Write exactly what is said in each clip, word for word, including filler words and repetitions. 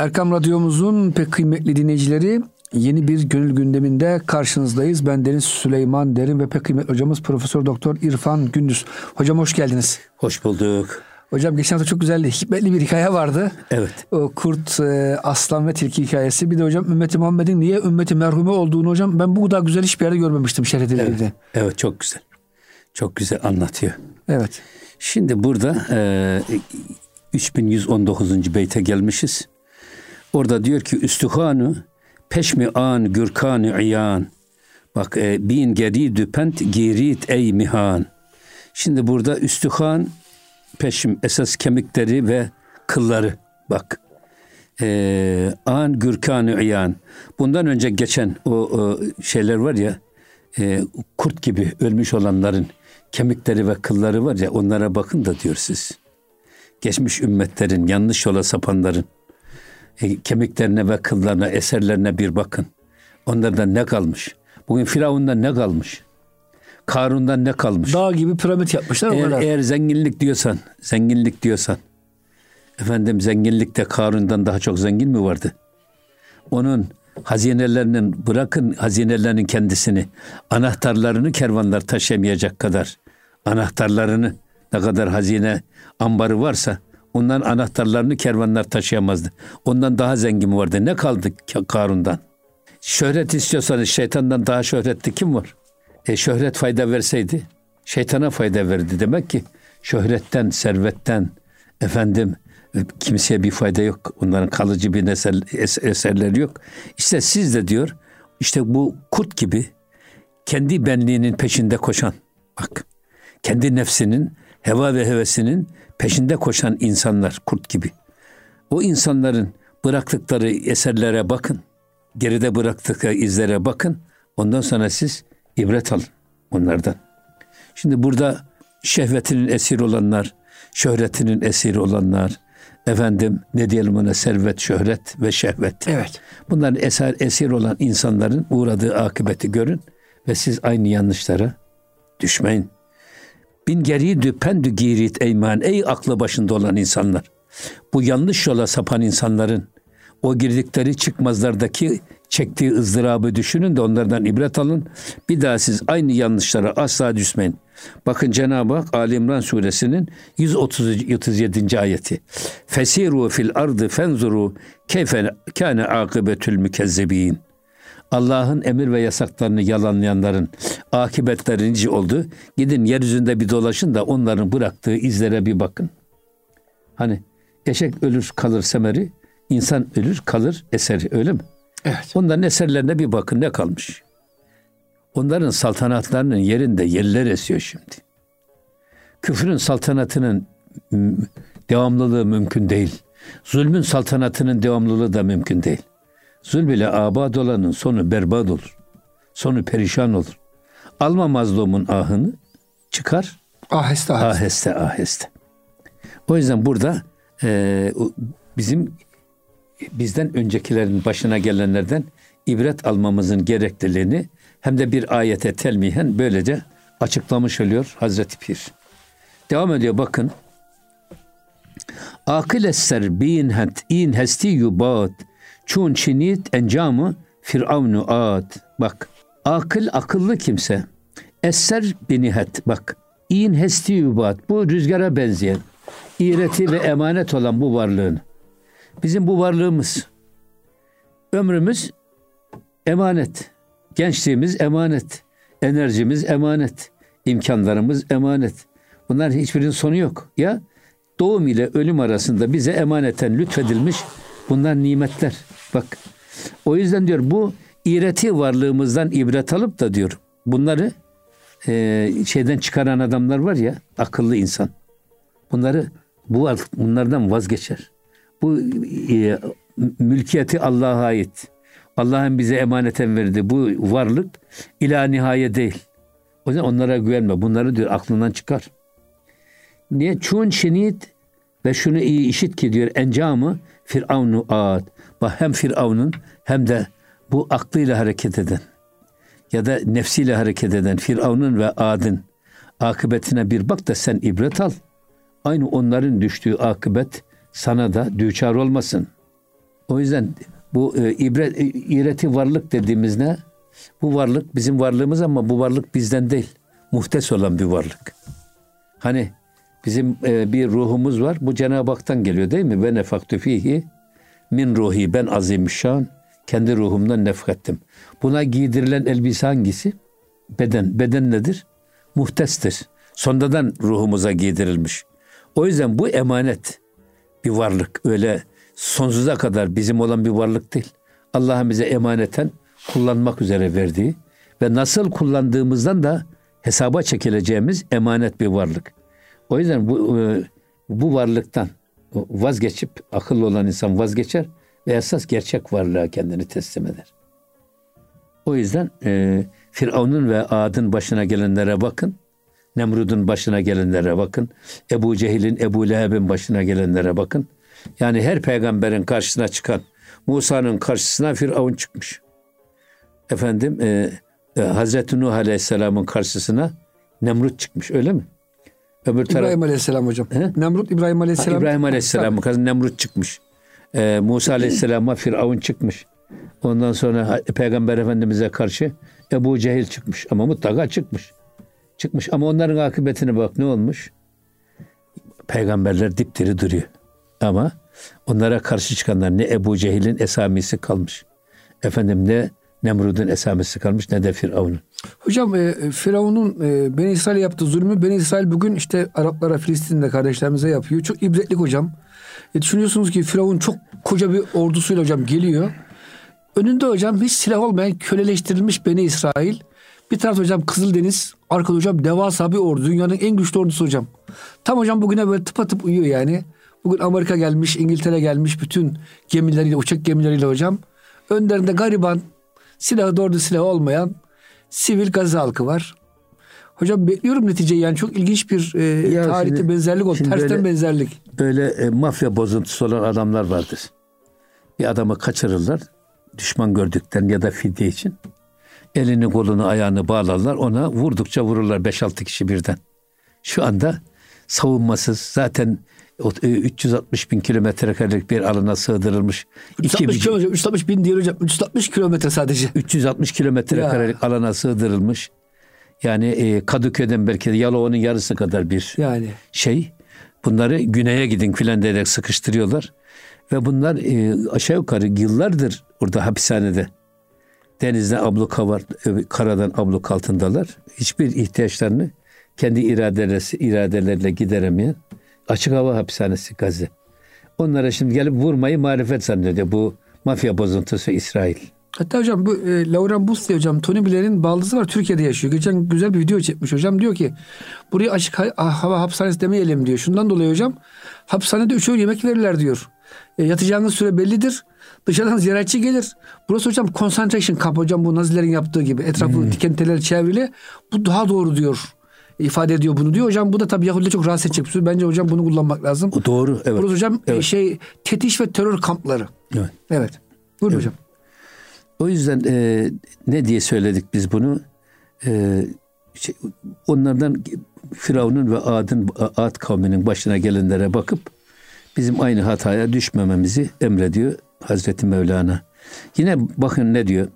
Erkam Radyomuzun pek kıymetli dinleyicileri, yeni bir gönül gündeminde karşınızdayız. Ben Deniz Süleyman Derin ve pek kıymetli hocamız Profesör Doktor İrfan Gündüz. Hocam hoş geldiniz. Hoş bulduk. Hocam geçen hafta çok güzel, hikmetli bir hikaye vardı. Evet. O kurt, aslan ve tilki hikayesi. Bir de hocam ümmeti Muhammed'in niye ümmeti merhume olduğunu hocam ben bu kadar güzel hiçbir yerde görmemiştim şerh edildiğinde. Evet, evet, çok güzel. Çok güzel anlatıyor. Evet. Şimdi burada e, üç bin yüz on dokuzuncu beyte gelmişiz. Orada diyor ki üstühanu peşmi an gürkanı iyan. Bak e, bin geridü pent girit ey mihan. Şimdi burada üstühan peşim esas kemikleri ve kılları. Bak. E, an gürkanı iyan. Bundan önce geçen o, o şeyler var ya, e, kurt gibi ölmüş olanların kemikleri ve kılları var ya, onlara bakın da diyor siz. Geçmiş ümmetlerin, yanlış yola sapanların e, kemiklerine ve kıllarına, eserlerine bir bakın. Onlardan ne kalmış? Bugün Firavun'dan ne kalmış? Karun'dan ne kalmış? Dağ gibi piramit yapmışlar. Eğer, eğer zenginlik diyorsan, zenginlik diyorsan, efendim zenginlikte Karun'dan daha çok zengin mi vardı? Onun hazinelerinin, bırakın hazinelerinin kendisini, anahtarlarını kervanlar taşıyamayacak kadar, anahtarlarını, ne kadar hazine ambarı varsa onların anahtarlarını kervanlar taşıyamazdı. Ondan daha zengin mi vardı? Ne kaldı Karun'dan? Şöhret istiyorsanız şeytandan daha şöhretli kim var? E şöhret fayda verseydi şeytana fayda verdi. Demek ki şöhretten, servetten, efendim kimseye bir fayda yok. Onların kalıcı bir eser, eserleri yok. İşte siz de diyor, işte bu kurt gibi kendi benliğinin peşinde koşan, bak, kendi nefsinin, heva ve hevesinin peşinde koşan insanlar kurt gibi. O insanların bıraktıkları eserlere bakın, geride bıraktıkları izlere bakın. Ondan sonra siz ibret alın onlardan. Şimdi burada şehvetinin esiri olanlar, şöhretinin esiri olanlar, efendim ne diyelim ona, servet, şöhret ve şehvet. Evet. Bunların eser, esir olan insanların uğradığı akıbeti görün ve siz aynı yanlışlara düşmeyin. Bin geridü pendü girit eyman. Ey aklı başında olan insanlar. Bu yanlış yola sapan insanların o girdikleri çıkmazlardaki çektiği ızdırabı düşünün de onlardan ibret alın. Bir daha siz aynı yanlışlara asla düşmeyin. Bakın Cenab-ı Hak Ali İmran suresinin yüz otuz yedinci ayeti. Fesiru fil ardı fenzuru keyfe kâne akıbetül mükezzebîn. Allah'ın emir ve yasaklarını yalanlayanların akıbetleri nice oldu. Gidin yeryüzünde bir dolaşın da onların bıraktığı izlere bir bakın. Hani eşek ölür kalır semeri, insan ölür kalır eseri, öyle mi? Evet. Onların eserlerine bir bakın, ne kalmış? Onların saltanatlarının yerinde yeller esiyor şimdi. Küfrün saltanatının devamlılığı mümkün değil. Zulmün saltanatının devamlılığı da mümkün değil. Zulm ile abad olanın sonu berbat olur. Sonu perişan olur. Alma mazlumun ahını, çıkar Aheste aheste. Aheste aheste. O yüzden burada e, bizim bizden öncekilerin başına gelenlerden ibret almamızın gerekliliğini hem de bir ayete telmihen böylece açıklamış oluyor Hazreti Pir. Devam ediyor, bakın. Akıl esser bin het in hesti yubat çun çinit encamı firavnu ad. Bak, akıl, akıllı kimse, esser binihet, bak, in hesti yubat, bu rüzgara benzeyen, iğreti ve emanet olan bu varlığın, bizim bu varlığımız, ömrümüz emanet, gençliğimiz emanet, enerjimiz emanet, imkanlarımız emanet. Bunların hiçbirinin sonu yok. Ya doğum ile ölüm arasında bize emaneten lütfedilmiş bunlar nimetler. Bak, o yüzden diyor bu iğreti varlığımızdan ibret alıp da diyor bunları e, şeyden çıkaran adamlar var ya, akıllı insan. Bunları bu bunlardan vazgeçer. Bu e, mülkiyeti Allah'a ait. Allah'ın bize emaneten verdiği bu varlık ila nihaye değil. O yüzden onlara güvenme. Bunları diyor aklından çıkar. Niye? Çun şenit ve şunu iyi işit ki diyor encamı Firavunu ad. Bak, hem Firavun'un hem de bu aklıyla hareket eden ya da nefsiyle hareket eden Firavun'un ve Ad'ın akıbetine bir bak da sen ibret al. Aynı onların düştüğü akıbet sana da düçar olmasın. O yüzden bu e, ibret, e, ireti varlık dediğimiz ne? Bu varlık bizim varlığımız ama bu varlık bizden değil. Muhtes olan bir varlık. Hani bizim e, bir ruhumuz var. Bu Cenab-ı Hak'tan geliyor değil mi? Ve nefaktü fihi min ruhi, ben azimüşşan kendi ruhumdan nefkettim. Buna giydirilen elbise hangisi? Beden. Beden nedir? Muhtestir. Sonradan ruhumuza giydirilmiş. O yüzden bu emanet bir varlık. Öyle sonsuza kadar bizim olan bir varlık değil. Allah'ın bize emaneten kullanmak üzere verdiği ve nasıl kullandığımızdan da hesaba çekileceğimiz emanet bir varlık. O yüzden bu bu varlıktan vazgeçip akıllı olan insan vazgeçer ve esas gerçek varlığa kendini teslim eder. O yüzden e, Firavun'un ve Ad'ın başına gelenlere bakın. Nemrud'un başına gelenlere bakın. Ebu Cehil'in, Ebu Leheb'in başına gelenlere bakın. Yani her peygamberin karşısına çıkan Musa'nın karşısına Firavun çıkmış. Efendim e, e, Hazreti Nuh Aleyhisselam'ın karşısına Nemrut çıkmış, öyle mi? Öbür İbrahim taraf, Aleyhisselam hocam. He? Nemrut İbrahim Aleyhisselam. Ha, İbrahim Aleyhisselam'ın karşısına Nemrut çıkmış. E, Musa Aleyhisselam'a Firavun çıkmış. Ondan sonra Peygamber Efendimiz'e karşı Ebu Cehil çıkmış. Ama mutlaka çıkmış. Çıkmış ama onların akıbetine bak ne olmuş? Peygamberler dipdiri duruyor. Ama onlara karşı çıkanlar ne Ebu Cehil'in esamisi kalmış. Efendim ne Nemrud'un esamisi kalmış ne de Firavun'un. Hocam e, Firavun'un e, Beni İsrail'e yaptığı zulmü Beni İsrail bugün işte Araplara, Filistin'de kardeşlerimize yapıyor. Çok ibretlik hocam. E, düşünüyorsunuz ki Firavun çok koca bir ordusuyla hocam geliyor. Önünde hocam hiç silah olmayan köleleştirilmiş Beni İsrail. Bir tarafta hocam Kızıldeniz, arkada hocam devasa bir ordu. Dünyanın en güçlü ordusu hocam. Tam hocam bugüne böyle tıpatıp uyuyor yani. Bugün Amerika gelmiş, İngiltere gelmiş bütün gemileriyle, uçak gemileriyle hocam. Önlerinde gariban, silahı doğru silahı olmayan sivil Gazze halkı var. Hocam bekliyorum neticeyi yani çok ilginç bir e, tarihte şimdi, benzerlik oldu. Tersten böyle, benzerlik. Böyle e, mafya bozuntusu olan adamlar vardır. Bir adamı kaçırırlar. Düşman gördükten ya da fidye için. Elini kolunu ayağını bağlarlar. Ona vurdukça vururlar beş altı kişi birden. Şu anda savunmasız zaten üç yüz altmış bin kilometre karelik bir alana sığdırılmış. üç yüz altmış, hocam, üç yüz altmış bin diyor hocam. üç yüz altmış kilometre sadece. üç yüz altmış kilometre karelik alana sığdırılmış. Yani e, Kadıköy'den belki de Yalova'nın yarısı kadar bir yani. şey. Bunları güneye gidin filan diyerek sıkıştırıyorlar. Ve bunlar e, aşağı yukarı yıllardır orada hapishanede. Denizden abluk var, karadan abluk altındalar. Hiçbir ihtiyaçlarını kendi iradeleri, iradelerle gideremeyen açık hava hapishanesi Gazze. Onlara şimdi gelip vurmayı marifet zannediyor bu mafya bozuntusu İsrail. Hatta hocam bu e, Laurent Boussi hocam Tony Blair'in baldızı var, Türkiye'de yaşıyor. Geçen güzel bir video çekmiş hocam. Diyor ki buraya açık ha- hava hapishanesi demeyelim diyor. Şundan dolayı hocam hapishanede üç öğün yemek verirler diyor. E, yatacağınız süre bellidir. Dışarıdan ziyaretçi gelir. Burası hocam concentration camp hocam, bu Nazilerin yaptığı gibi. Etrafı hmm. diken teller çevrili. Bu daha doğru diyor. İfade ediyor bunu diyor. Hocam bu da tabii Yahudi'de çok rahatsız edecek bir şey. Bence hocam bunu kullanmak lazım. O doğru. Evet. Burası hocam evet. şey tetiş ve terör kampları. Evet. Evet. Buyurun evet. hocam. O yüzden e, ne diye söyledik biz bunu? E, şey, onlardan Firavun'un ve Ad'ın Ad kavminin başına gelenlere bakıp bizim aynı hataya düşmememizi emrediyor Hazreti Mevlana. Yine bakın ne diyor?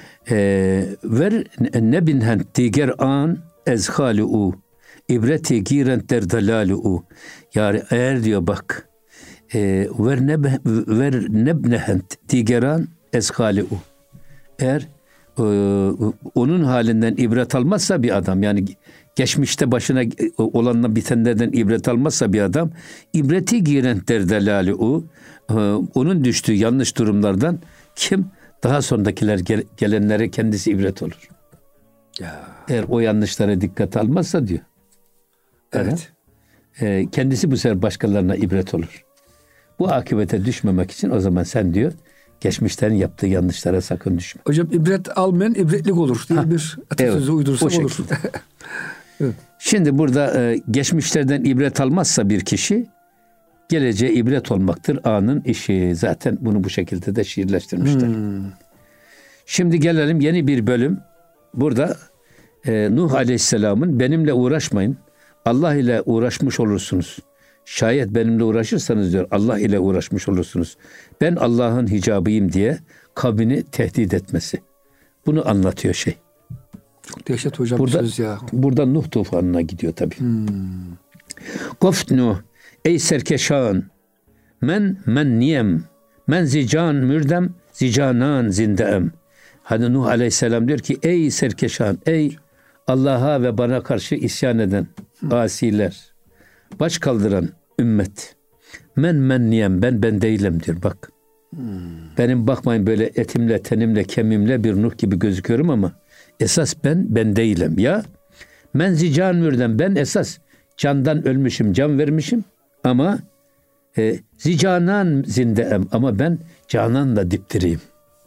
E, ver ne binhen diger an ez haliu ibreti girent der dalalu. Yani eğer diyor bak e, ver ne ver nebnehent digeran ez haliu. Eğer e, onun halinden ibret almazsa bir adam, yani geçmişte başına olanla bitenlerden ibret almazsa bir adam, ibreti giren derdelali o, e, onun düştüğü yanlış durumlardan kim daha sonrakiler gel, gelenlere kendisi ibret olur. Ya. Eğer o yanlışlara dikkat almazsa diyor. Evet. E, kendisi bu sefer başkalarına ibret olur. Bu akıbete düşmemek için o zaman sen diyor, geçmişlerin yaptığı yanlışlara sakın düşme. Hocam ibret almayan ibretlik olur diye ha, bir atasözü evet, uydursak olur. Evet. Şimdi burada e, geçmişlerden ibret almazsa bir kişi, geleceğe ibret olmaktır anın işi. Zaten bunu bu şekilde de şiirleştirmişler. Hmm. Şimdi gelelim yeni bir bölüm. Burada e, Nuh Aleyhisselam'ın benimle uğraşmayın, Allah ile uğraşmış olursunuz Şayet benimle uğraşırsanız diyor Allah ile uğraşmış olursunuz. Ben Allah'ın hicabıyım diye kavmini tehdit etmesi. Bunu anlatıyor şey. Çok dehşet hocam Burada, söz ya. burada Nuh tufanına gidiyor tabii. Hmm. Goft Nuh ey serkeşan men men niyem men zican mürdem zicanan zindeem. Hani Nuh aleyhisselam diyor ki ey serkeşan, ey Allah'a ve bana karşı isyan eden asiler, baş kaldıran ümmet. Men men niyem, ben ben değilim diyor bak. Hmm. Benim bakmayın böyle etimle, tenimle, kemimle bir Nuh gibi gözüküyorum ama esas ben ben değilim ya. Men zican mürdem, ben esas candan ölmüşüm, can vermişim ama e, zicanan zindeem, ama ben cananla diptireyim.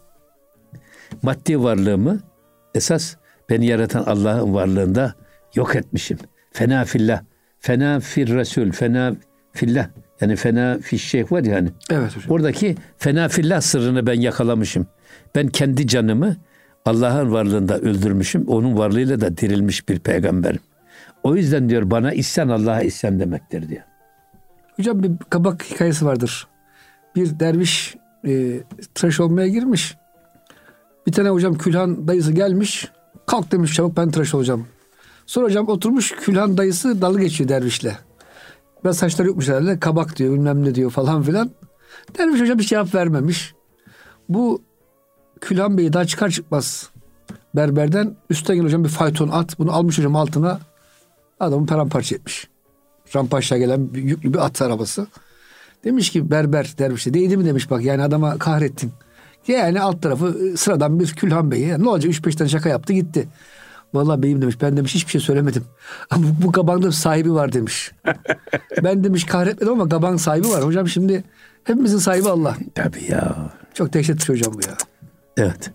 Maddi varlığımı esas beni yaratan Allah'ın varlığında yok etmişim. Fena fillah, fena fir Resul, fena fillah. Yani fena fişşek var ya hani. Evet hocam. Oradaki fena fillah sırrını ben yakalamışım. Ben kendi canımı Allah'ın varlığında öldürmüşüm. Onun varlığıyla da dirilmiş bir peygamberim. O yüzden diyor bana isyan Allah'a isyan demektir diyor. Hocam bir kabak hikayesi vardır. Bir derviş e, tıraş olmaya girmiş. Bir tane hocam külhan dayısı gelmiş. Kalk demiş, çabuk ben tıraş olacağım. Sonra hocam oturmuş, külhan dayısı dalga geçiyor dervişle. Biraz saçları yokmuş herhalde. Kabak diyor, bilmem ne diyor falan filan. Derviş hocam hiç cevap vermemiş. Bu külhan beyi daha çıkar çıkmaz berberden üstten gelen hocam bir fayton at. Bunu almış hocam altına, adamı paramparça etmiş. Rampa aşağı gelen bir, yüklü bir at arabası. Demiş ki berber dervişe, değdi mi demiş, bak yani adama kahrettin. Yani alt tarafı sıradan bir külhan beyi. Yani ne olacak, üç beş tane şaka yaptı gitti. Vallahi beyim demiş, ben demiş hiçbir şey söylemedim. Ama bu, bu kabağın sahibi var demiş. Ben demiş kahretmedim ama kabağın sahibi var. Hocam şimdi hepimizin sahibi Allah. Tabii ya. Çok dehşetli hocam bu ya. Evet.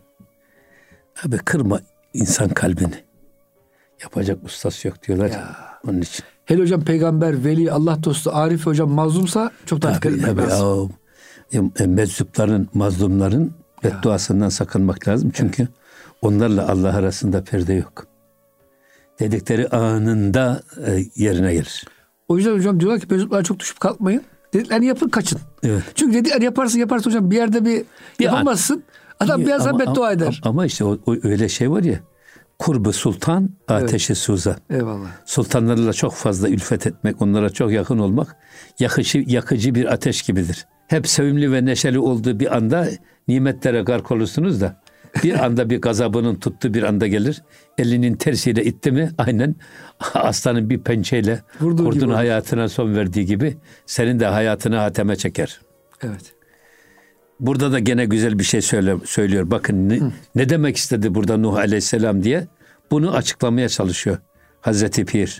Abi kırma insan kalbini. Yapacak ustası yok diyorlar ya. ya onun için. Hele hocam peygamber, veli, Allah dostu, arif hocam mazlumsa çok da dikkat etmek lazım. Ya, meczupların, mazlumların bedduasından sakınmak lazım. Çünkü evet, onlarla Allah arasında perde yok. Dedikleri anında e, yerine gelir. O yüzden hocam diyorlar ki meczuplara çok düşüp kalkmayın. Dediklerini yapın, kaçın. Evet. Çünkü dediklerini yaparsın yaparsın hocam bir yerde bir, bir yapamazsın. An, adam biraz daha beddua eder. Ama işte o, o öyle şey var ya. Kurbu sultan, ateşi evet, suzan. Eyvallah. Sultanlarla çok fazla ülfet etmek, onlara çok yakın olmak yakıcı, yakıcı bir ateş gibidir. Hep sevimli ve neşeli olduğu bir anda nimetlere gark olursunuz da bir anda bir gazabının tuttuğu bir anda gelir. Elinin tersiyle itti mi aynen aslanın bir pençeyle vurduğu kurdun hayatına son verdiği gibi senin de hayatını hateme çeker. Evet. Burada da gene güzel bir şey söyle, söylüyor. Bakın ne, ne demek istedi burada Nuh Aleyhisselam diye. Bunu açıklamaya çalışıyor Hazreti Pir.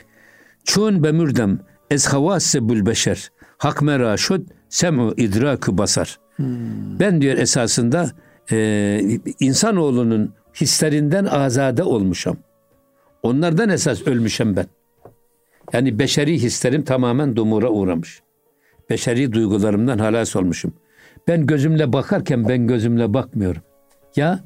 Çun bemürdem ez havâsse bül beşer hak meraşud sem'u idrakü basar. Hmm. Ben diyor esasında e, insanoğlunun hislerinden azade olmuşam. Onlardan esas ölmüşem ben. Yani beşeri hislerim tamamen dumura uğramış. Beşeri duygularımdan halas olmuşum. Ben gözümle bakarken ben gözümle bakmıyorum. Ya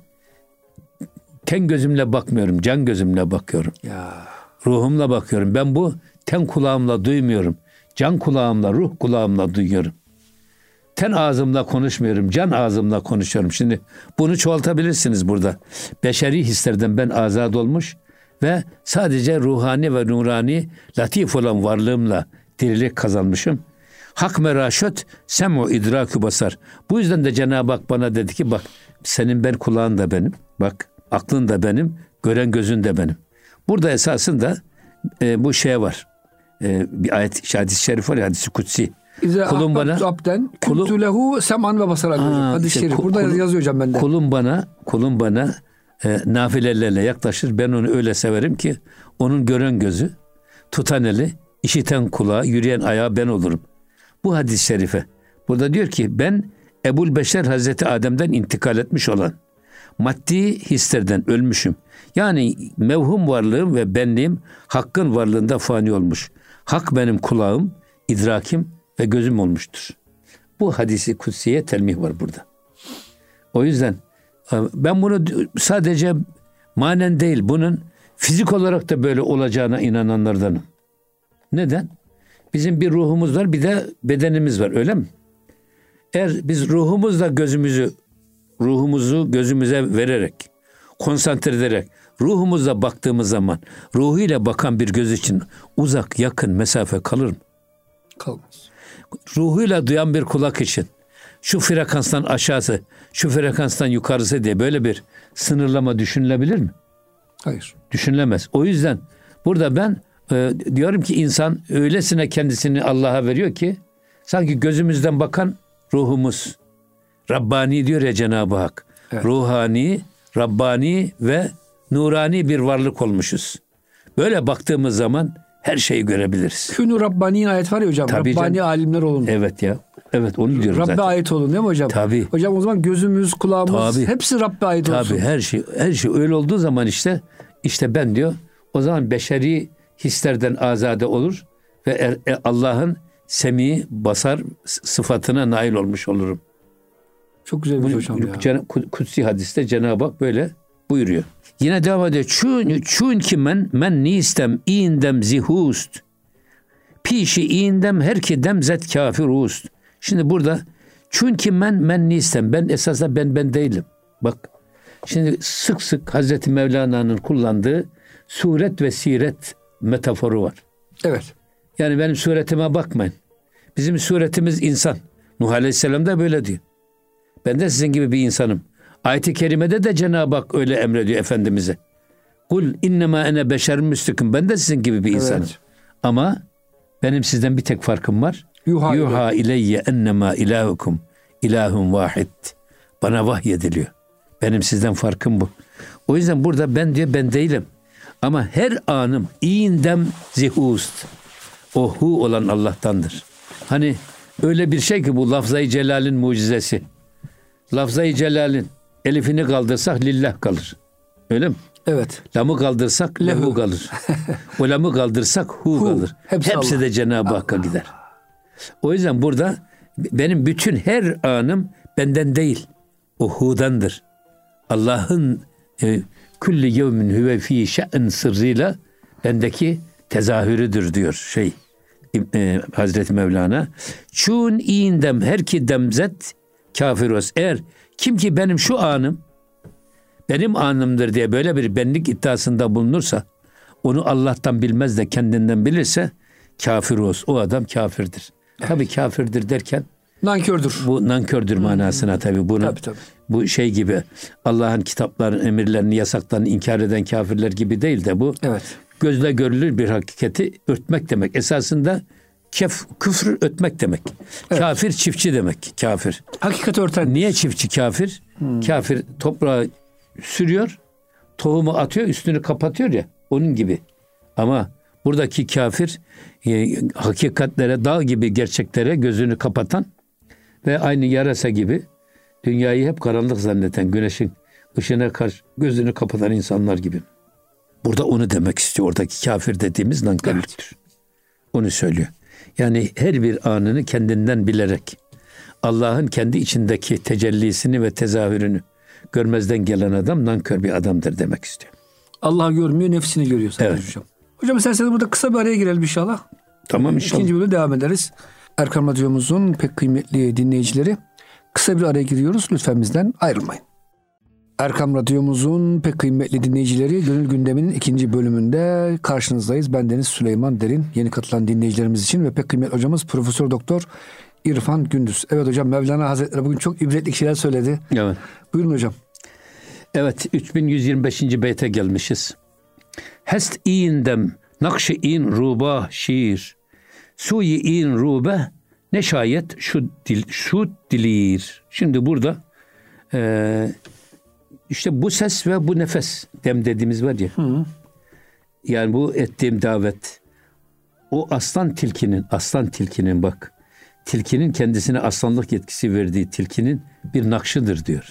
ten gözümle bakmıyorum, can gözümle bakıyorum. Ya. Ruhumla bakıyorum. Ben bu ten kulağımla duymuyorum. Can kulağımla, ruh kulağımla duyuyorum. Ten ağzımla konuşmuyorum, can ağzımla konuşuyorum. Şimdi bunu çoğaltabilirsiniz burada. Beşeri hislerden ben azad olmuş ve sadece ruhani ve nurani, latif olan varlığımla dirilik kazanmışım. Hak meraşöt sem'u idrakü basar. Bu yüzden de Cenab-ı Hak bana dedi ki bak senin ben kulağın da benim. Bak aklın da benim. Gören gözün de benim. Burada esasında e, bu şey var. E, bir ayet, hadis-i şerif var ya, hadis-i kutsi. Kulum bana abden kulum lehu sem'an ve basar. Hadis-i şerif. Burada kulum, yazıyor hocam bende. Kulum bana, kulum bana e, nafilelerle yaklaşır. Ben onu öyle severim ki onun gören gözü, tutan eli, işiten kulağı, yürüyen ayağı ben olurum. Bu hadis-i şerife. Burada diyor ki ben Ebul Beşer Hazreti Adem'den intikal etmiş olan maddi hislerden ölmüşüm. Yani mevhum varlığım ve benliğim Hakk'ın varlığında fani olmuş. Hak benim kulağım, idrakim ve gözüm olmuştur. Bu hadisi kutsiye telmih var burada. O yüzden ben bunu sadece manen değil, bunun fizik olarak da böyle olacağına inananlardanım. Neden? Bizim bir ruhumuz var, bir de bedenimiz var, öyle mi? Eğer biz ruhumuzla gözümüzü, ruhumuzu gözümüze vererek, konsantre ederek, ruhumuzla baktığımız zaman, ruhuyla bakan bir göz için uzak, yakın mesafe kalır mı? Kalmaz. Ruhuyla duyan bir kulak için şu frekanstan aşağısı, şu frekanstan yukarısı diye böyle bir sınırlama düşünülebilir mi? Hayır. Düşünülemez. O yüzden burada ben e, diyorum ki insan öylesine kendisini Allah'a veriyor ki sanki gözümüzden bakan ruhumuz. Rabbani diyor ya Cenab-ı Hak. Evet. Ruhani, Rabbani ve nurani bir varlık olmuşuz. Böyle baktığımız zaman her şeyi görebiliriz. Künü Rabbani ayet var ya hocam. Tabii Rabbani canım. alimler olun. Evet ya. Evet onu diyorum Rabbe zaten. ait olun değil mi hocam? Tabii. Hocam o zaman gözümüz, kulağımız Tabii. hepsi Rabbe ait olsun. Tabii her şey her şey öyle olduğu zaman işte işte ben diyor o zaman beşeri hislerden azade olur ve er, e, Allah'ın semi basar sıfatına nail olmuş olurum. Çok güzel bir hocam ya. Cen- Kutsi hadiste Cenab-ı Hak böyle buyuruyor. Yine devam ediyor. Çün, çün ki men men nistem indem zihust. Pişi indem her ki dem zet kafir ust. Şimdi burada çünkü men men nistem. Ben esasında ben ben değilim. Bak. Şimdi sık sık Hazreti Mevlana'nın kullandığı suret ve siret metaforu var. Evet. Yani benim suretime bakmayın. Bizim suretimiz insan. Nuh Aleyhisselam da böyle diyor. Ben de sizin gibi bir insanım. Ayet-i kerimede de Cenab-ı Hak öyle emrediyor Efendimiz'e. Kul innema ene beşerun müslüküm. Ben de sizin gibi bir insanım. Evet. Ama benim sizden bir tek farkım var. Yuha, Yuha ileyye ennema ilahukum ilahun vahid. Bana vahyediliyor. Benim sizden farkım bu. O yüzden burada ben diyor ben değilim. Ama her anım indem zihust. O hu olan Allah'tandır. Hani öyle bir şey ki bu lafzayı celalin mucizesi. Lafzayı celalin elifini kaldırsak lillah kalır. Öyle mi? Evet. Lamı kaldırsak lehu, Lehu. kalır. O lamı kaldırsak hu, Hu. kalır. Hepsi Hepsi Allah. de Cenab-ı Hakk'a gider. O yüzden burada benim bütün her anım benden değil. O hu'dandır. Allah'ın e, külli yevmin huve fi şe'n sırrıyla bendeki tezahürüdür diyor şey e, Hazreti Mevlana. Çun indem her ki demzet kafiros. Eğer kim ki benim şu anım benim anımdır diye böyle bir benlik iddiasında bulunursa onu Allah'tan bilmez de kendinden bilirse kafir olsun. O adam kafirdir. Evet. Tabii kafirdir derken Nankördür. bu nankördür manasına tabii. Bunu, Tabii, tabii. Bu şey gibi Allah'ın kitaplarını, emirlerini, yasaklarını inkar eden kafirler gibi değil de bu Evet. gözle görülür bir hakikati örtmek demek. Esasında kef, küfür ötmek demek. Evet. Kafir çiftçi demek. Kafir. Hakikati örten. Niye çiftçi kafir? Hmm. Kafir toprağı sürüyor, tohumu atıyor, üstünü kapatıyor ya, onun gibi. Ama buradaki kafir e, hakikatlere, dağ gibi gerçeklere gözünü kapatan ve aynı yarasa gibi dünyayı hep karanlık zanneden, güneşin ışığına karşı gözünü kapatan insanlar gibi. Burada onu demek istiyor. Oradaki kafir dediğimiz nankörlüktür. Evet. Onu söylüyor. Yani her bir anını kendinden bilerek Allah'ın kendi içindeki tecellisini ve tezahürünü görmezden gelen adam nankör bir adamdır demek istiyor. Allah görmüyor, nefsini görüyor sadece Evet. hocam. Hocam isterseniz burada kısa bir araya girelim inşallah. Tamam inşallah. İkinci bölümde devam ederiz. Erkam Radyomuzun pek kıymetli dinleyicileri, kısa bir araya giriyoruz. Lütfen bizden ayrılmayın. Erkam Radyomuzun pek kıymetli dinleyicileri, Gönül Gündemi'nin ikinci bölümünde karşınızdayız. Ben Deniz Süleyman Derin. Yeni katılan dinleyicilerimiz için ve pek kıymetli hocamız Profesör Doktor İrfan Gündüz. Evet hocam, Mevlana Hazretleri bugün çok ibretlik şeyler söyledi. Evet. Buyurun hocam. Evet, üç bin yüz yirmi beşinci beyte gelmişiz. Hest indem nakşı in ruba şiir. Suyi in rube ne şayet şu dil şu dilir. Şimdi burada e, işte bu ses ve bu nefes dem dediğimiz var ya. Hı. Yani bu ettiğim davet. O aslan tilkinin, aslan tilkinin bak. Tilkinin kendisine aslanlık yetkisi verdiği tilkinin bir nakşıdır diyor.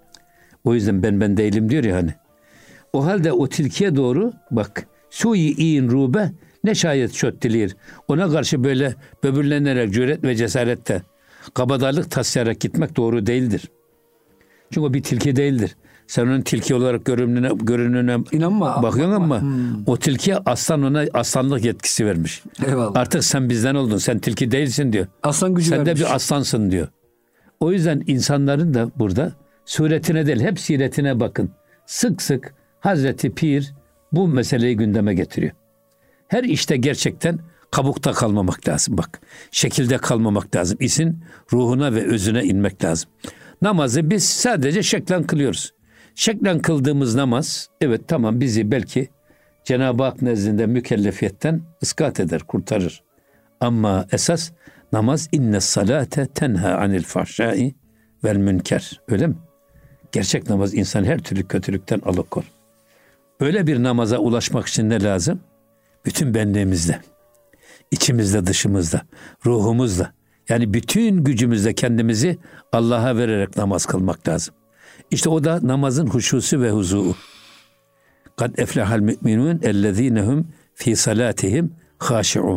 O yüzden ben ben değilim diyor ya hani. O halde o tilkiye doğru bak. Suyi in rube ne şayet şöt dilir. Ona karşı böyle böbürlenerek cüret ve cesarette kabadayılık taslayarak gitmek doğru değildir. Çünkü o bir tilki değildir. Sen onun tilki olarak görünümüne, görünümüne İnanma. bakıyorsun ama Hmm. o tilki aslan ona aslanlık yetkisi vermiş. Eyvallah. Artık sen bizden oldun. Sen tilki değilsin diyor. Aslan gücü Sen vermiş. de bir aslansın diyor. O yüzden insanların da burada suretine değil hep siretine bakın. Sık sık Hazreti Pir bu meseleyi gündeme getiriyor. Her işte gerçekten kabukta kalmamak lazım bak. Şekilde kalmamak lazım. İşin ruhuna ve özüne inmek lazım. Namazı biz sadece şeklen kılıyoruz. Şeklen kıldığımız namaz evet tamam bizi belki Cenab-ı Hak nezdinde mükellefiyetten ıskat eder, kurtarır. Ama esas namaz inne salate tenha anil fahşai vel münker. Öyle mi? Gerçek namaz insan her türlü kötülükten alıkor. Öyle bir namaza ulaşmak için ne lazım? Bütün benliğimizde, içimizde, dışımızda, ruhumuzda, yani bütün gücümüzle kendimizi Allah'a vererek namaz kılmak lazım. İşte o da namazın huşusu ve huzuu. Kad eflehal müminun ellezinehum fi salatihim haşiun.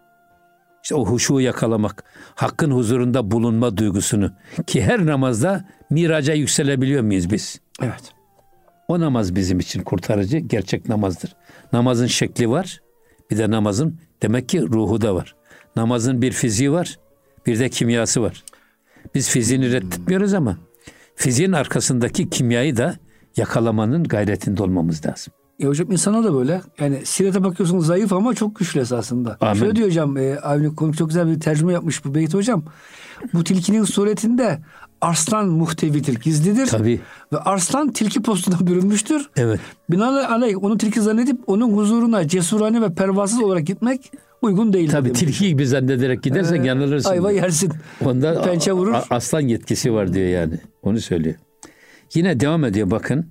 İşte o huşuyu yakalamak, Hakk'ın huzurunda bulunma duygusunu ki her namazda miraca yükselebiliyor muyuz biz? Evet. O namaz bizim için kurtarıcı, gerçek namazdır. Namazın şekli var, bir de namazın demek ki ruhu da var. Namazın bir fiziği var, bir de kimyası var. Biz fiziğini reddetmiyoruz ama fiziğin arkasındaki kimyayı da yakalamanın gayretinde olmamız lazım. Ya hocam insana da böyle. Yani sirete bakıyorsunuz zayıf ama çok güçlü esasında. Amin. Şöyle diyor hocam, e, Avni Konuk çok güzel bir tercüme yapmış bu beyt hocam. Bu tilkinin suretinde arslan muhtevidir, gizlidir. Tabii. Ve arslan tilki postuna bürünmüştür. Evet. Binaenaleyh onu tilki zannedip onun huzuruna cesurane ve pervasız olarak gitmek uygun değil. Tabii tilki gibi zannederek gidersen Ee, yanılırsın. Ayva diyor. yersin. Onda Pençe vurur. a- aslan yetkisi var diyor yani. Onu söylüyor. Yine devam ediyor bakın.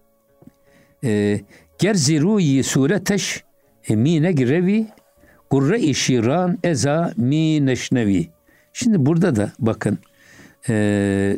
Ee, Gerziruyi sureteş mine girevi gurre-i şiran eza mi neşnevi. Şimdi burada da bakın e,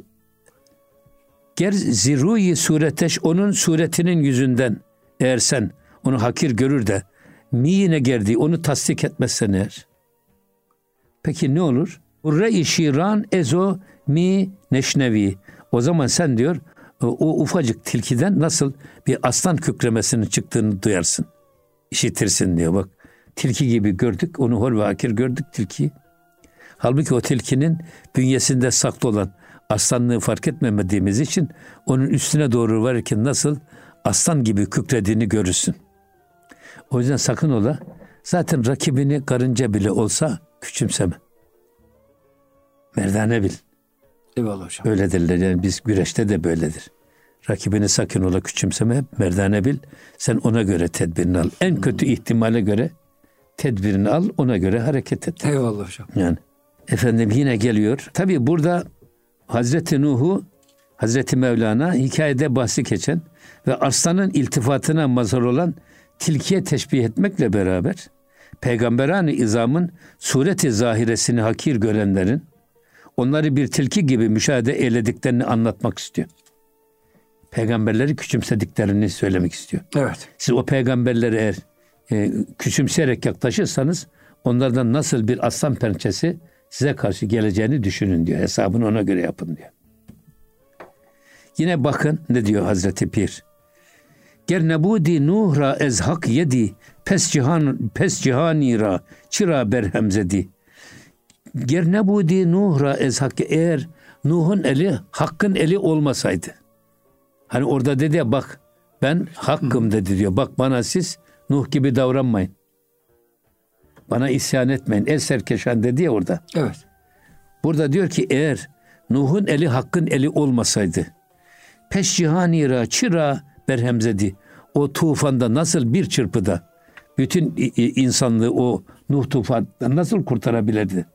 Gerziruyi sureteş onun suretinin yüzünden eğer sen onu hakir görür de miyine gerdi onu tasdik etmezsen eğer peki ne olur? Gurre-i şiran ezo mi neşnevi. O zaman sen diyor o ufacık tilkiden nasıl bir aslan kükremesinin çıktığını duyarsın. İşitirsin diyor bak. Tilki gibi gördük. Onu hor ve hakir gördük tilkiyi. Halbuki o tilkinin bünyesinde saklı olan aslanlığı fark etmemediğimiz için onun üstüne doğru varırken nasıl aslan gibi kükrediğini görürsün. O yüzden sakın ola zaten rakibini karınca bile olsa küçümseme. Merdane bil. Eyvallah hocam. Öyle derler yani biz güreşte de böyledir. Rakibini sakın ola küçümseme, hep merdane bil. Sen ona göre tedbirini al. En kötü ihtimale göre tedbirini al, ona göre hareket et. Eyvallah hocam. Yani efendim yine geliyor. Tabii burada Hazreti Nuh'u Hazreti Mevlana hikayede bahsi geçen ve aslanın iltifatına mazhar olan tilkiye teşbih etmekle beraber peygamberani izamın sureti zahiresini hakir görenlerin onları bir tilki gibi müşahede eylediklerini anlatmak istiyor. Peygamberleri küçümsediklerini söylemek istiyor. Evet. Siz o peygamberleri eğer e, küçümseyerek yaklaşırsanız onlardan nasıl bir aslan pençesi size karşı geleceğini düşünün diyor. Hesabını ona göre yapın diyor. Yine bakın ne diyor Hazreti Pir. Gernebudi nuhra ezhak yedi pes cihan pes cihanira çıra berhemzedi. Gernebudi nuhra ezhak eğer Nuh'un eli Hakk'ın eli olmasaydı. Hani orada dedi ya bak ben hakkım dedi diyor. Bak bana siz Nuh gibi davranmayın. Bana isyan etmeyin. El serkeşan dedi ya orada. Evet. Burada diyor ki eğer Nuh'un eli Hakk'ın eli olmasaydı peşcihanira çıra berhemzedi. O tufanda nasıl bir çırpıda bütün insanlığı o Nuh tufanından nasıl kurtarabilirdi?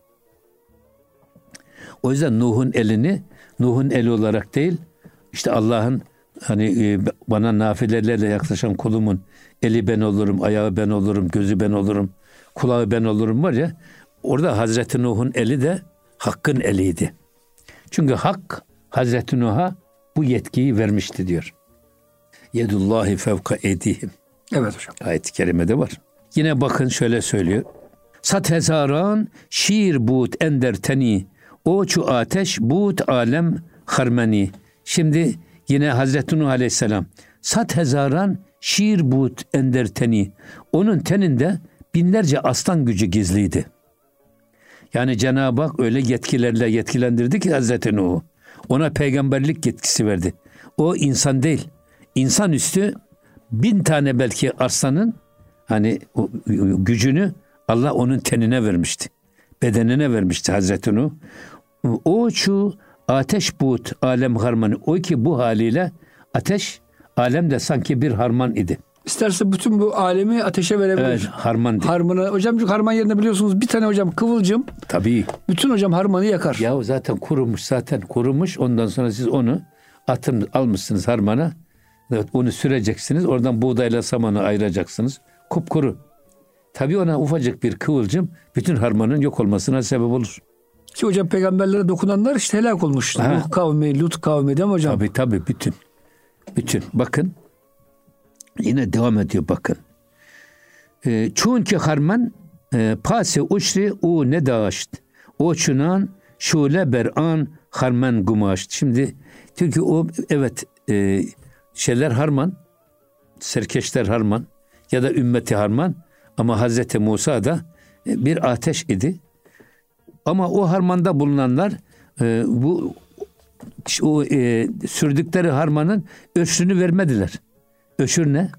O yüzden Nuh'un elini Nuh'un eli olarak değil işte Allah'ın hani bana nafilelerle yaklaşan kulumun eli ben olurum, ayağı ben olurum, gözü ben olurum, kulağı ben olurum var ya orada Hazreti Nuh'un eli de Hakk'ın eliydi. Çünkü Hak Hazreti Nuh'a bu yetkiyi vermişti diyor. Yedullahi fevka edihim. Evet hocam. Ayet-i kerimede var. Yine bakın şöyle söylüyor. Sat hezaran şiir but ender teni o çu ateş but alem harmeni. Şimdi Yine Hazreti Nuh Aleyhisselam. Sat hezaran şiir but ender teni. Onun teninde binlerce aslan gücü gizliydi. Yani Cenab-ı Hak öyle yetkilerle yetkilendirdi ki Hazreti Nuh'u. Ona peygamberlik yetkisi verdi. O insan değil. İnsanüstü bin tane belki aslanın hani o, gücünü Allah onun tenine vermişti. Bedenine vermişti Hazreti Nuh. O şu ateş buğut alem harmanı. O ki bu haliyle ateş alemde sanki bir harman idi. İsterse bütün bu alemi ateşe verebilir. Evet, harman. Harmanı hocam, çünkü harman yerine biliyorsunuz bir tane hocam kıvılcım. Tabii. Bütün hocam harmanı yakar. Ya zaten kurumuş, zaten kurumuş. Ondan sonra siz onu atın almışsınız harmana. Evet, onu süreceksiniz. Oradan buğdayla samanı ayıracaksınız. Kupkuru. Tabii ona ufacık bir kıvılcım bütün harmanın yok olmasına sebep olur. Ki hocam peygamberlere dokunanlar işte helak olmuş. Ha. Nuh kavmi, Lut kavmi değil mi hocam? Tabii tabii bütün. Bütün. Bakın. Yine devam ediyor bakın. E, çünkü harman e, pase uçri u ne daşt. O çunan şule beran harman gumaşt. Şimdi çünkü o evet e, şeyler harman, serkeşler harman ya da ümmeti harman, ama Hazreti Musa da e, bir ateş idi. Ama o harmanda bulunanlar e, bu o e, sürdükleri harmanın öşrünü vermediler. Öşür ne?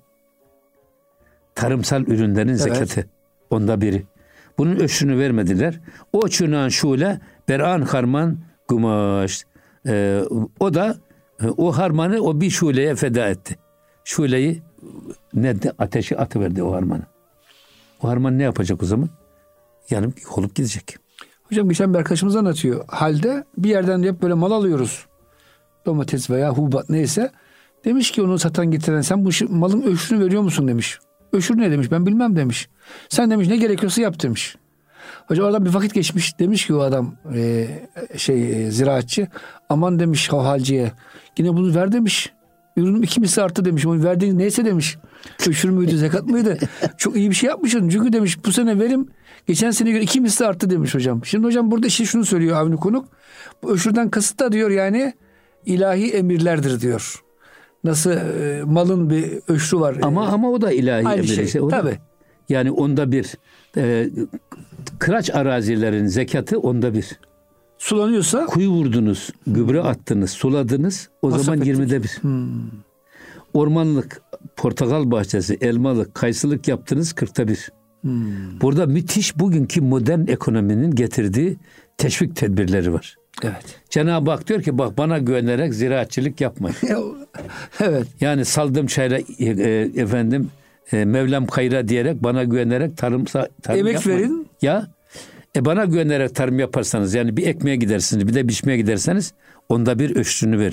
Tarımsal ürünlerin evet. zekatı. Onda biri. Bunun öşrünü vermediler. O çunan şule beran harman gumaş. E, o da e, o harmanı o bir şuleye feda etti. Şuleyi ne de ateşi atıverdi o harmanı. O harman ne yapacak o zaman? Yanıp olup gidecek. Hocam geçen bir arkadaşımız anlatıyor. Halde bir yerden hep böyle mal alıyoruz. Domates veya hububat neyse. Demiş ki onu satan getiren, sen bu malın öşrünü veriyor musun demiş. Öşür ne demiş, ben bilmem demiş. Sen demiş ne gerekiyorsa yap demiş. Hocam oradan bir vakit geçmiş. Demiş ki o adam e, şey e, ziraatçı, aman demiş halciye, yine bunu ver demiş. Ürünüm iki misli arttı demiş. Onu verdiğin neyse demiş. Öşür müydü, zekat mıydı? Çok iyi bir şey yapmışsın. Çünkü demiş bu sene verim geçen sene göre iki misli arttı demiş hocam. Şimdi hocam burada işte şunu söylüyor Avni Konuk. Bu öşürden kasıt da diyor yani ilahi emirlerdir diyor. Nasıl e, malın bir öşrü var. Ama e, ama o da ilahi aynı emir. şey. O Tabii. Da, yani onda bir. E, kıraç arazilerin zekatı onda bir. Sulanıyorsa. Kuyu vurdunuz, gübre attınız, suladınız. O masraf zaman ettik. yirmide bir. Hmm. Ormanlık, portakal bahçesi, elmalık, kayısılık yaptınız kırkta bir. Hmm. Burada müthiş bugünkü modern ekonominin getirdiği teşvik tedbirleri var. Evet. Cenab-ı Hak diyor ki bak bana güvenerek ziraatçılık yapmayın. Evet. Yani saldım çayra e, e, efendim e, Mevlam kayra diyerek bana güvenerek tarım, tarım emek yapmayın. verin. Ya e, bana güvenerek tarım yaparsanız, yani bir ekmeğe gidersiniz bir de biçmeye giderseniz onda bir öşrünü verin.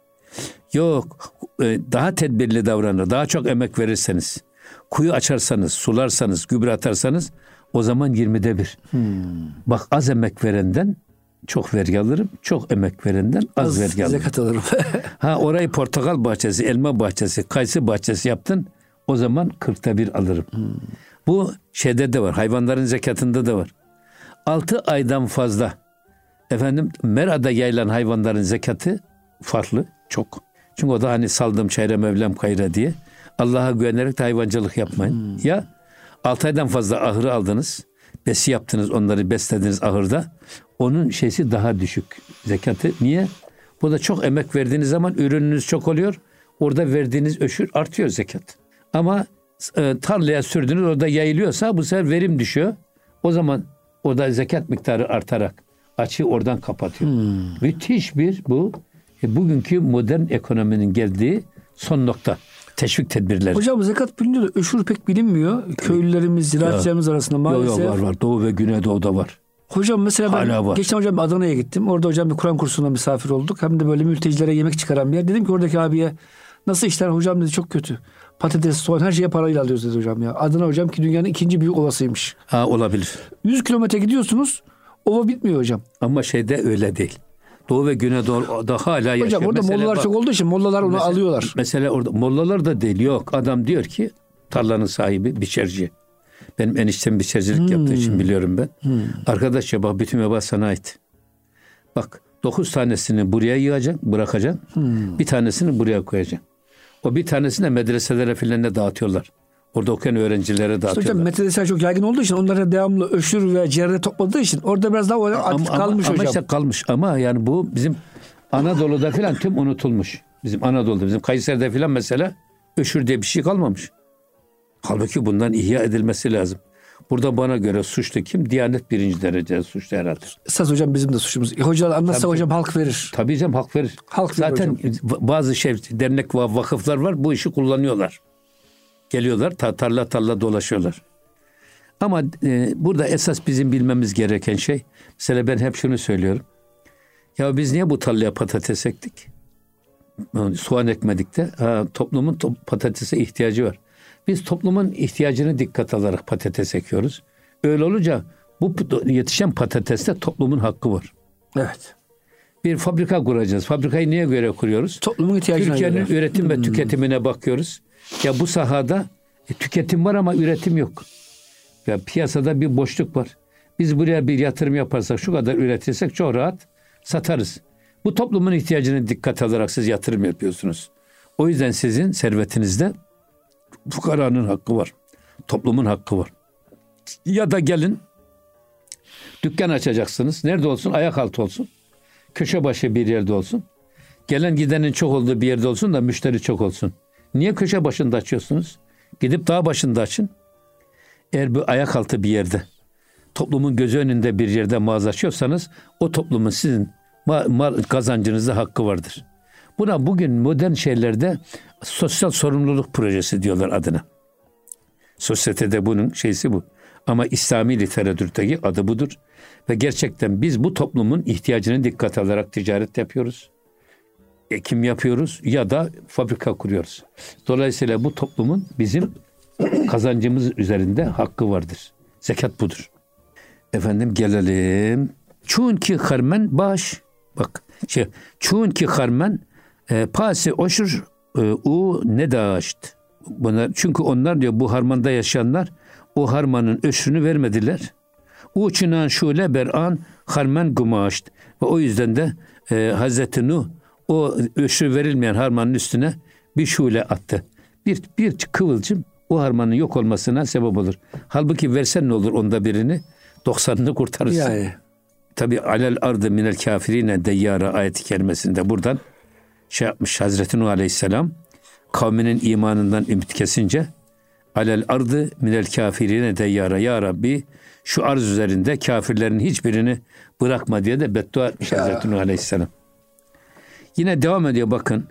Yok e, daha tedbirli davranır, daha çok emek verirseniz, kuyu açarsanız, sularsanız, gübre atarsanız o zaman yirmide bir. Hmm. Bak az emek verenden çok vergi alırım. Çok emek verenden az, az vergi alırım. Zekat alırım. Ha orayı portakal bahçesi, elma bahçesi, kayısı bahçesi yaptın. O zaman kırkta bir alırım. Hmm. Bu şeyde de var. Hayvanların zekatında da var. Altı aydan fazla efendim merada yayılan hayvanların zekatı farklı. Çok. Çünkü o da hani saldım çayra Mevlam kayra diye. Allah'a güvenerek de hayvancılık yapmayın. Hmm. Ya altı aydan fazla ahırı aldınız. Besi yaptınız, onları beslediniz ahırda. Onun şeysi daha düşük zekatı. Niye? Bu da çok emek verdiğiniz zaman ürününüz çok oluyor. Orada verdiğiniz öşür artıyor zekat. Ama e, tarlaya sürdünüz, orada yayılıyorsa bu sefer verim düşüyor. O zaman orada zekat miktarı artarak açığı oradan kapatıyor. Hmm. Müthiş bir bu. E, bugünkü modern ekonominin geldiği son nokta. Teşvik tedbirleri. Hocam zekat biliniyor da öşür pek bilinmiyor. Köylülerimiz, ziraatçılarımız arasında maalesef. Yok yok var var. Doğu ve Güneydoğu'da var. Hocam mesela ben Hala var. Geçen hocam Adana'ya gittim. Orada hocam bir Kur'an kursuna misafir olduk. Hem de böyle mültecilere yemek çıkaran bir yer. Dedim ki oradaki abiye nasıl işler hocam dedi, çok kötü. Patates, soğan her şeye parayla alıyoruz dedi hocam ya. Adana hocam ki dünyanın ikinci büyük ovasıymış. Ha olabilir. yüz kilometre gidiyorsunuz, ova bitmiyor hocam. Ama şeyde öyle değil. Doğu ve Güneydoğu'da hala yaşıyor. Hocam orada mesela mollalar bak, çok olduğu için mollalar onu mesela, alıyorlar. Mesela orada mollalar da değil. Yok adam diyor ki tarlanın sahibi biçerci. Benim eniştem biçercilik hmm. yaptığı için biliyorum ben. Hmm. Arkadaş ya bak bütün veba sana ait. Bak Dokuz tanesini buraya yığacaksın, bırakacaksın. Hmm. Bir tanesini buraya koyacaksın. O bir tanesini de medreselere filan da dağıtıyorlar. Orada okuyan öğrencilere dağıtıyorlar. İşte hocam medreseler çok yaygın olduğu için onlara devamlı öşür ve cerre topladığı için orada biraz daha o aktif ama, kalmış ama, hocam. Ama işte kalmış ama yani bu bizim Anadolu'da filan tüm unutulmuş. Bizim Anadolu'da, bizim Kayseri'de filan mesela öşür diye bir şey kalmamış. Halbuki bundan ihya edilmesi lazım. Burada bana göre suçlu kim? Diyanet birinci derece suçlu herhalde. Esas hocam bizim de suçumuz. E, hocalar anlatsa tabii, hocam halk verir. Tabii canım halk verir. Halk Zaten verir bazı şey dernek ve vakıflar var bu işi kullanıyorlar. Geliyorlar ta, tarla tarla dolaşıyorlar. Ama e, burada esas bizim bilmemiz gereken şey, mesela ben hep şunu söylüyorum. Ya biz niye bu tarlaya patates ektik? Soğan ekmedik de ha, toplumun top, patatese ihtiyacı var. Biz toplumun ihtiyacını dikkat alarak patates ekiyoruz. Öyle olunca bu yetişen patateste toplumun hakkı var. Evet. Bir fabrika kuracağız. Fabrikayı niye göre kuruyoruz? Toplumun ihtiyacına Türkiye'nin göre. üretim ve hmm. tüketimine bakıyoruz. Ya bu sahada e, tüketim var ama üretim yok. Ya piyasada bir boşluk var. Biz buraya bir yatırım yaparsak, şu kadar üretirsek çok rahat satarız. Bu toplumun ihtiyacını dikkat alarak siz yatırım yapıyorsunuz. O yüzden sizin servetinizde fukaranın hakkı var. Toplumun hakkı var. Ya da gelin dükkan açacaksınız. Nerede olsun? Ayak altı olsun. Köşe başı bir yerde olsun. Gelen gidenin çok olduğu bir yerde olsun da müşteri çok olsun. Niye köşe başında açıyorsunuz? Gidip dağ başında açın. Eğer bu ayak altı bir yerde, toplumun gözü önünde bir yerde mağaza açıyorsanız o toplumun sizin ma- ma- kazancınızda hakkı vardır. Buna bugün modern şeylerde sosyal sorumluluk projesi diyorlar adına. Sosyetede bunun şeysi bu. Ama İslami literatürdeki adı budur. Ve gerçekten biz bu toplumun ihtiyacını dikkat alarak ticaret yapıyoruz. Ekim yapıyoruz ya da fabrika kuruyoruz. Dolayısıyla bu toplumun bizim kazancımız üzerinde hakkı vardır. Zekat budur. Efendim gelelim. Çünkü harmen baş. Bak. Şey, çünkü harmen e, pası oşur e, u ne daşt. Bunlar, çünkü onlar diyor bu harmanda yaşayanlar o harmanın öşrünü vermediler. U çınan şule beran harmen gumaşt. Ve o yüzden de e, Hazreti Nuh o öşrü verilmeyen harmanın üstüne bir şule attı. Bir, bir kıvılcım o harmanın yok olmasına sebep olur. Halbuki versen ne olur onda birini? doksanını kurtarırsın. Yani. Tabi alel ardı minel kafirine deyyara ayeti kerimesinde buradan şey yapmış Hazreti Nuh Aleyhisselam kavminin imanından ümit kesince alel ardı minel kafirine deyyara ya Rabbi şu arz üzerinde kafirlerin hiçbirini bırakma diye de beddua etmiş ya. Hazreti Nuh Aleyhisselam. Yine devam ediyor bakın.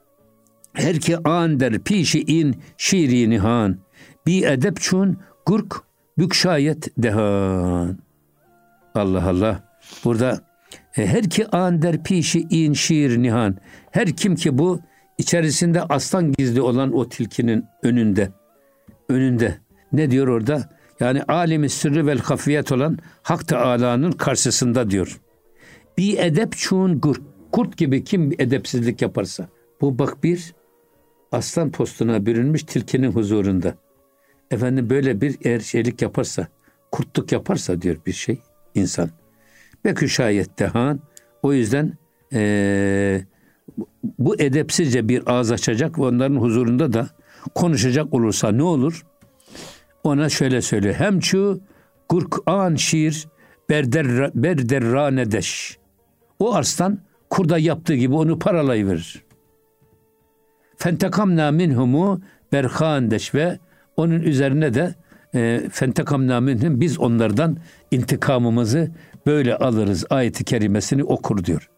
Her ki an der pişi in şiiri nihan bi edep çun gurk bükşayet dehan. Allah Allah. Burada her ki an der pişi in şiir nihan. Her kim ki bu içerisinde aslan gizli olan o tilkinin önünde. Önünde. Ne diyor orada? Yani alemi sırrı vel hafiyet olan Hak Teâlâ'nın karşısında diyor. Bir edep çun gurk. Kurt gibi kim edepsizlik yaparsa. Bu bak bir aslan postuna bürünmüş tilkinin huzurunda. Efendim böyle bir eğer şeylik yaparsa, kurtluk yaparsa diyor bir şey insan. Bekü şayet dehan. O yüzden ee, bu edepsizce bir ağız açacak ve onların huzurunda da konuşacak olursa ne olur? Ona şöyle söylüyor. Hemçu Kur'an şiir berder berderranedeş. O arslan kurda yaptığı gibi onu paralayıverir. Fentekamna minhumu berhandeş ve onun üzerine de e, fentekamna minhum biz onlardan intikamımızı böyle alırız ayeti kerimesini okur diyor.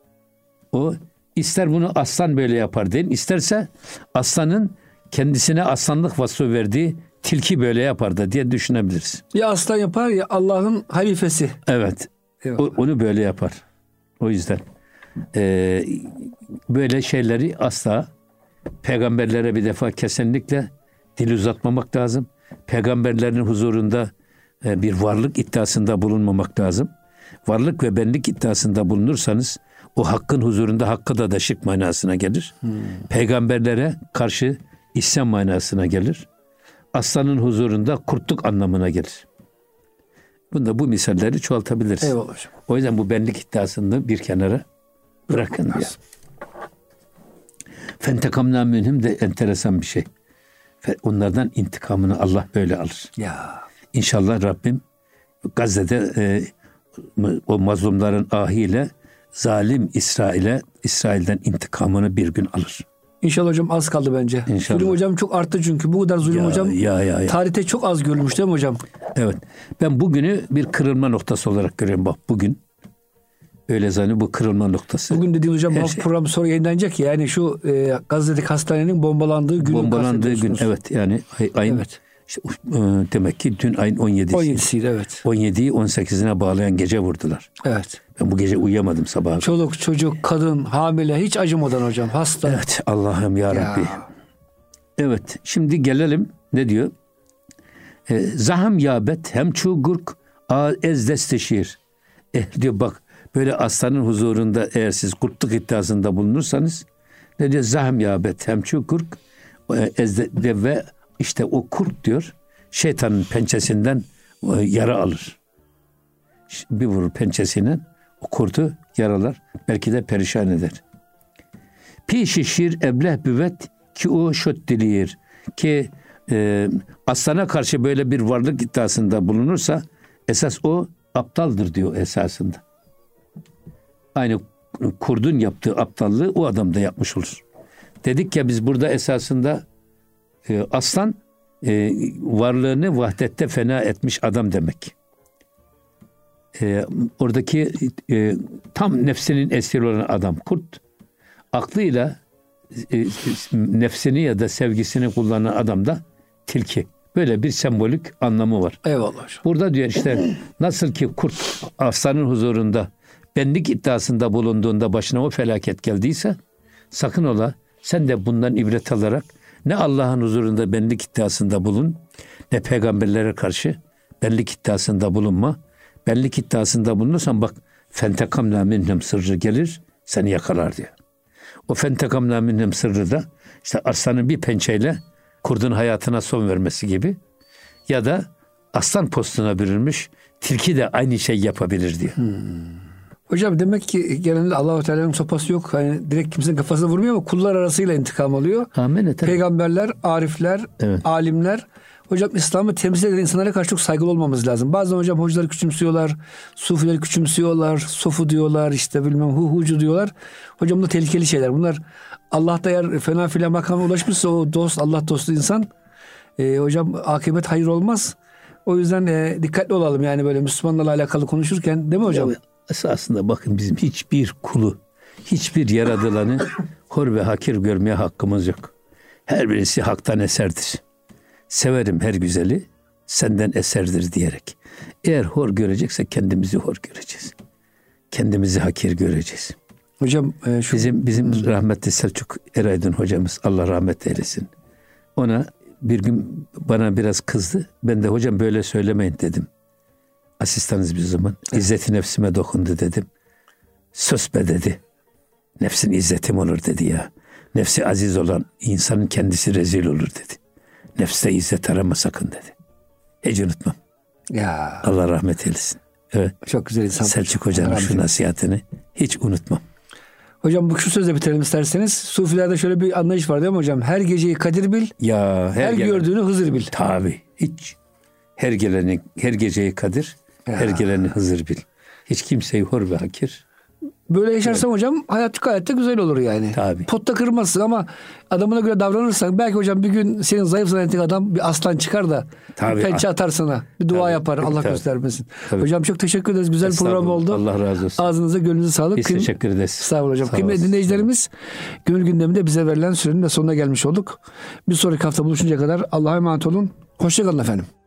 O ister bunu aslan böyle yapar değil, isterse aslanın kendisine aslanlık vasfı verdiği tilki böyle yapar da diye düşünebiliriz. Ya aslan yapar ya Allah'ın halifesi. Evet. O, onu böyle yapar. O yüzden e, böyle şeyleri asla peygamberlere bir defa kesinlikle dil uzatmamak lazım. Peygamberlerin huzurunda e, bir varlık iddiasında bulunmamak lazım. Varlık ve benlik iddiasında bulunursanız o hakkın huzurunda hakkı da daşık manasına gelir. Hmm. Peygamberlere karşı isyan manasına gelir. Aslanın huzurunda kurtluk anlamına gelir. Bunda bu misalleri çoğaltabiliriz. Eyvallah hocam. O yüzden bu benlik iddiasını bir kenara bırakın diye. Fentekamna minhum de enteresan bir şey. Onlardan intikamını Allah böyle alır. Ya. İnşallah Rabbim Gazze'de e, o mazlumların ahiyle zalim İsrail'e İsrail'den intikamını bir gün alır. İnşallah hocam, az kaldı bence. İnşallah. Zulüm hocam çok arttı çünkü. Bu kadar zulüm Ya, hocam ya, ya, ya. tarihte çok az görülmüş değil mi hocam? Evet. Ben bugünü bir kırılma noktası olarak görüyorum. Bak bugün öyle zannediyorum, bu kırılma noktası. Bugün dediğimiz hocam Her bu şey. program sonra yayınlanacak ya. Yani şu e, Gazze'deki hastanenin bombalandığı günü Bombalandığı gün, kastediyorsunuz. evet, yani ay, ayın Evet. işte, e, demek ki dün ayın on yedisi. on yedisiydi evet. on yediyi on sekizine bağlayan gece vurdular. Evet. Ben bu gece uyuyamadım sabah. Çoluk, çocuk, kadın, hamile hiç acımadan hocam. Hasta. Evet, Allah'ım ya Rabbi. Ya. Evet, şimdi gelelim ne diyor? E, Zaham yabet hem çuğgurk a ez desteşir. Eh diyor bak, böyle aslanın huzurunda eğer siz kurtluk iddiasında bulunursanız ne diyor? Zaham yabet hem çuğgurk ez de, ve işte o kurt diyor şeytanın pençesinden e, yara alır. Bir vurur pençesinden, o kurtu yaralar, belki de perişan eder. Pi şişir ebleh büvet ki o şot diliyir ki e, aslana karşı böyle bir varlık iddiasında bulunursa esas o aptaldır diyor esasında. Aynı kurdun yaptığı aptallığı o adam da yapmış olur. Dedik ya biz burada esasında e, aslan e, varlığını vahdette fena etmiş adam demek. E, oradaki e, tam nefsinin esiri olan adam kurt, aklıyla e, nefsini ya da sevgisini kullanan adam da tilki. Böyle bir sembolik anlamı var. Eyvallah hocam. Burada diyor işte nasıl ki kurt aslanın huzurunda benlik iddiasında bulunduğunda başına o felaket geldiyse sakın ola sen de bundan ibret alarak ne Allah'ın huzurunda benlik iddiasında bulun, ne peygamberlere karşı benlik iddiasında bulunma. Benlik iddiasında bulunursan bak fentekamna minhum sırrı gelir seni yakalar diyor. O fentekamna minhum sırrı da işte aslanın bir pençeyle kurdun hayatına son vermesi gibi ya da aslan postuna bürünmüş tilki de aynı şey yapabilir diyor. Hmm. Hocam demek ki genelde Allah-u Teala'nın sopası yok. Hani direkt kimsenin kafasına vurmuyor ama kullar arasıyla intikam alıyor. Amin. Peygamberler, arifler, evet. alimler. Hocam İslam'ı temsil eden insanlara karşı çok saygılı olmamız lazım. Bazen hocam hocaları küçümsüyorlar, sufileri küçümsüyorlar, sofu diyorlar, işte bilmem hu hucu diyorlar. Hocam da tehlikeli şeyler. Bunlar Allah'ta eğer fena filan makama ulaşmışsa o dost, Allah dostu insan e, hocam akıbet hayır olmaz. O yüzden e, dikkatli olalım yani böyle Müslümanlarla alakalı konuşurken, değil mi hocam? Ya, esasında bakın bizim hiçbir kulu, hiçbir yaradılanı hor ve hakir görmeye hakkımız yok. Her birisi haktan eserdir. Severim her güzeli, senden eserdir diyerek. Eğer hor görecekse kendimizi hor göreceğiz. Kendimizi hakir göreceğiz. Hocam e, şu... Bizim bizim rahmetli Selçuk Eraydın hocamız, Allah rahmet eylesin. Ona bir gün bana biraz kızdı. Ben de hocam böyle söylemeyin dedim. Asistanız bir zaman. İzzeti nefsime dokundu dedim. Sus be dedi. Nefsin izzetim olur dedi ya. Nefsi aziz olan insanın kendisi rezil olur dedi. Nefste izzet arama sakın dedi. Hiç unutmam. Ya. Allah rahmet eylesin. Evet. Çok güzel insan. Selçuk Hoca'nın şu nasihatini hiç unutmam. Hocam bu şu sözle bitirelim isterseniz. Sufilerde şöyle bir anlayış var değil mi hocam? Her geceyi Kadir bil. Ya her, her gelen, gördüğünü Hızır bil. Tabii. Hiç. Her geleni, her geceyi Kadir, ya. Her geleni Hızır bil. Hiç kimseyi hor ve hakir. Böyle yaşarsan evet. hocam hayat gayet de güzel olur yani. Tabii. Potta kırmazsın ama adamına göre davranırsan belki hocam bir gün senin zayıf zannettiğin adam bir aslan çıkar da tabii. bir pençe atar sana. Bir dua tabii. yapar. Allah tabii. göstermesin. Tabii. Hocam çok teşekkür ederiz. Güzel program oldu. Allah razı olsun. Ağzınıza gönlünüze sağlık. Biz Kıym- teşekkür ederiz. Sağ olun hocam. Sağ Kıymetli dinleyicilerimiz, Gönül Gündemi'nde bize verilen sürenin de sonuna gelmiş olduk. Bir sonraki hafta buluşuncaya kadar Allah'a emanet olun. Hoşça kalın efendim.